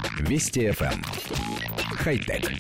Вести ФМ. Хай-тек.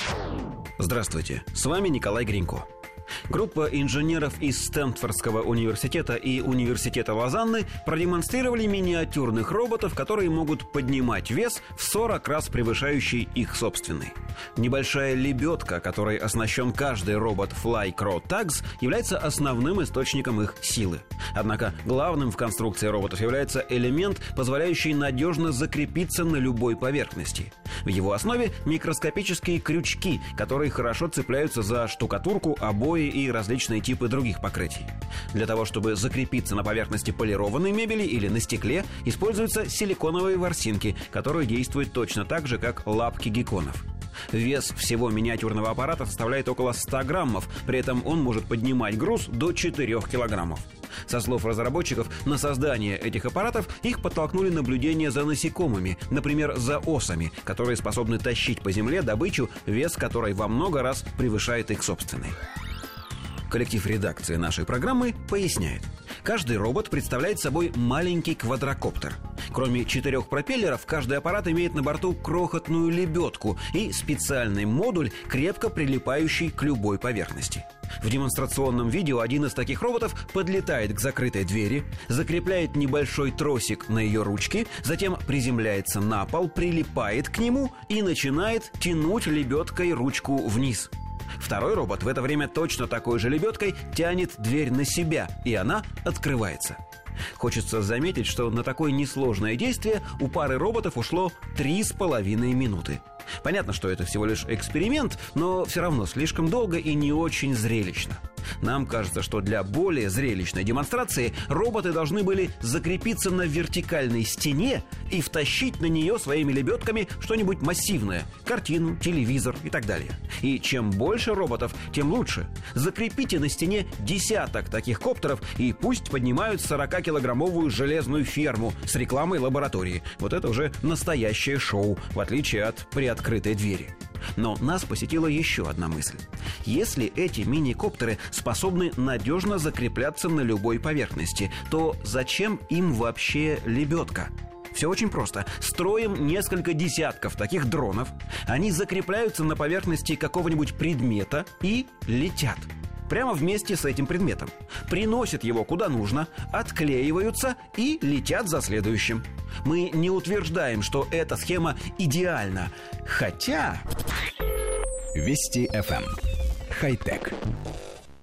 Здравствуйте, с вами Николай Гринько. Группа инженеров из Стэнфордского университета и университета Лозанны продемонстрировали миниатюрных роботов, которые могут поднимать вес в 40 раз превышающий их собственный. Небольшая лебедка, которой оснащен каждый робот Flycrow Tags, является основным источником их силы. Однако главным в конструкции роботов является элемент, позволяющий надежно закрепиться на любой поверхности. В его основе микроскопические крючки, которые хорошо цепляются за штукатурку, обои и различные типы других покрытий. Для того, чтобы закрепиться на поверхности полированной мебели или на стекле, используются силиконовые ворсинки, которые действуют точно так же, как лапки гекконов. Вес всего миниатюрного аппарата составляет около 100 граммов, при этом он может поднимать груз до 4 килограммов. Со слов разработчиков, на создание этих аппаратов их подтолкнули наблюдения за насекомыми, например, за осами, которые способны тащить по земле добычу, вес которой во много раз превышает их собственный. Коллектив редакции нашей программы поясняет. Каждый робот представляет собой маленький квадрокоптер. Кроме 4 пропеллеров, каждый аппарат имеет на борту крохотную лебедку и специальный модуль, крепко прилипающий к любой поверхности. В демонстрационном видео один из таких роботов подлетает к закрытой двери, закрепляет небольшой тросик на ее ручке, затем приземляется на пол, прилипает к нему и начинает тянуть лебедкой ручку вниз. Второй робот в это время точно такой же лебедкой тянет дверь на себя, и она открывается. Хочется заметить, что на такое несложное действие у пары роботов ушло 3,5 минуты. Понятно, что это всего лишь эксперимент, но все равно слишком долго и не очень зрелищно. Нам кажется, что для более зрелищной демонстрации роботы должны были закрепиться на вертикальной стене и втащить на нее своими лебедками что-нибудь массивное – картину, телевизор и так далее. И чем больше роботов, тем лучше. Закрепите на стене десяток таких коптеров и пусть поднимают 40-килограммовую железную ферму с рекламой лаборатории. Вот это уже настоящее шоу, в отличие от приоткрытой двери. Но нас посетила еще одна мысль. Если эти мини-коптеры способны надежно закрепляться на любой поверхности, то зачем им вообще лебедка? Все очень просто. Строим несколько десятков таких дронов, они закрепляются на поверхности какого-нибудь предмета и летят. Прямо вместе с этим предметом. Приносят его куда нужно, отклеиваются и летят за следующим. Мы не утверждаем, что эта схема идеальна. Хотя... Вести ФМ. Хай-тек.